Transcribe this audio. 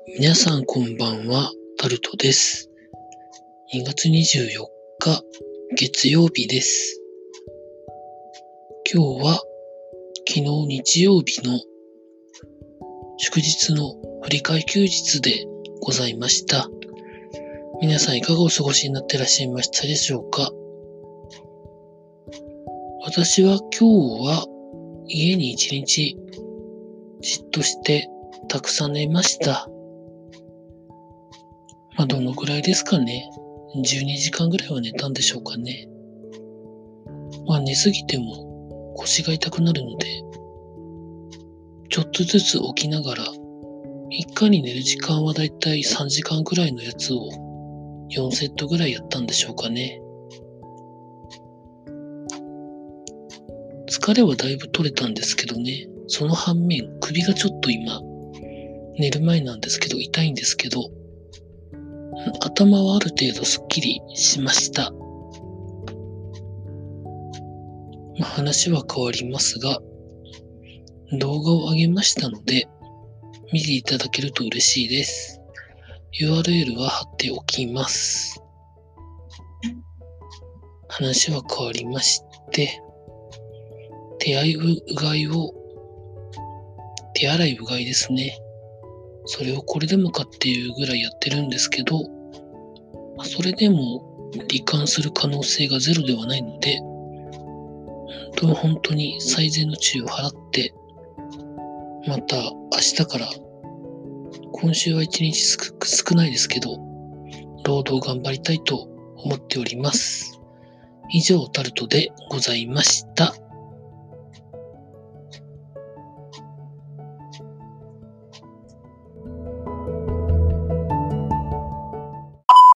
皆さんこんばんは、タルトです。2月24日、月曜日です。今日は昨日日曜日の祝日の振り替え休日でございました。皆さんいかがお過ごしになっていらっしゃいましたでしょうか。私は今日は家に一日じっとしてたくさん寝ました。どのぐらいですかね。12時間ぐらいは寝たんでしょうかね。寝すぎても腰が痛くなるので、ちょっとずつ起きながら、一回に寝る時間はだいたい3時間ぐらいのやつを4セットぐらいやったんでしょうかね。疲れはだいぶ取れたんですけどね、その反面、首がちょっと今、寝る前なんですけど痛いんですけど、頭はある程度スッキリしました。話は変わりますが、動画を上げましたので、見ていただけると嬉しいです。URL は貼っておきます。話は変わりまして、手洗いうがいですね。それをこれでもかっていうぐらいやってるんですけど、それでも罹患する可能性がゼロではないので、本当に最善の注意を払って、また明日から、今週は一日少ないですけど、労働頑張りたいと思っております。以上、タルトでございました。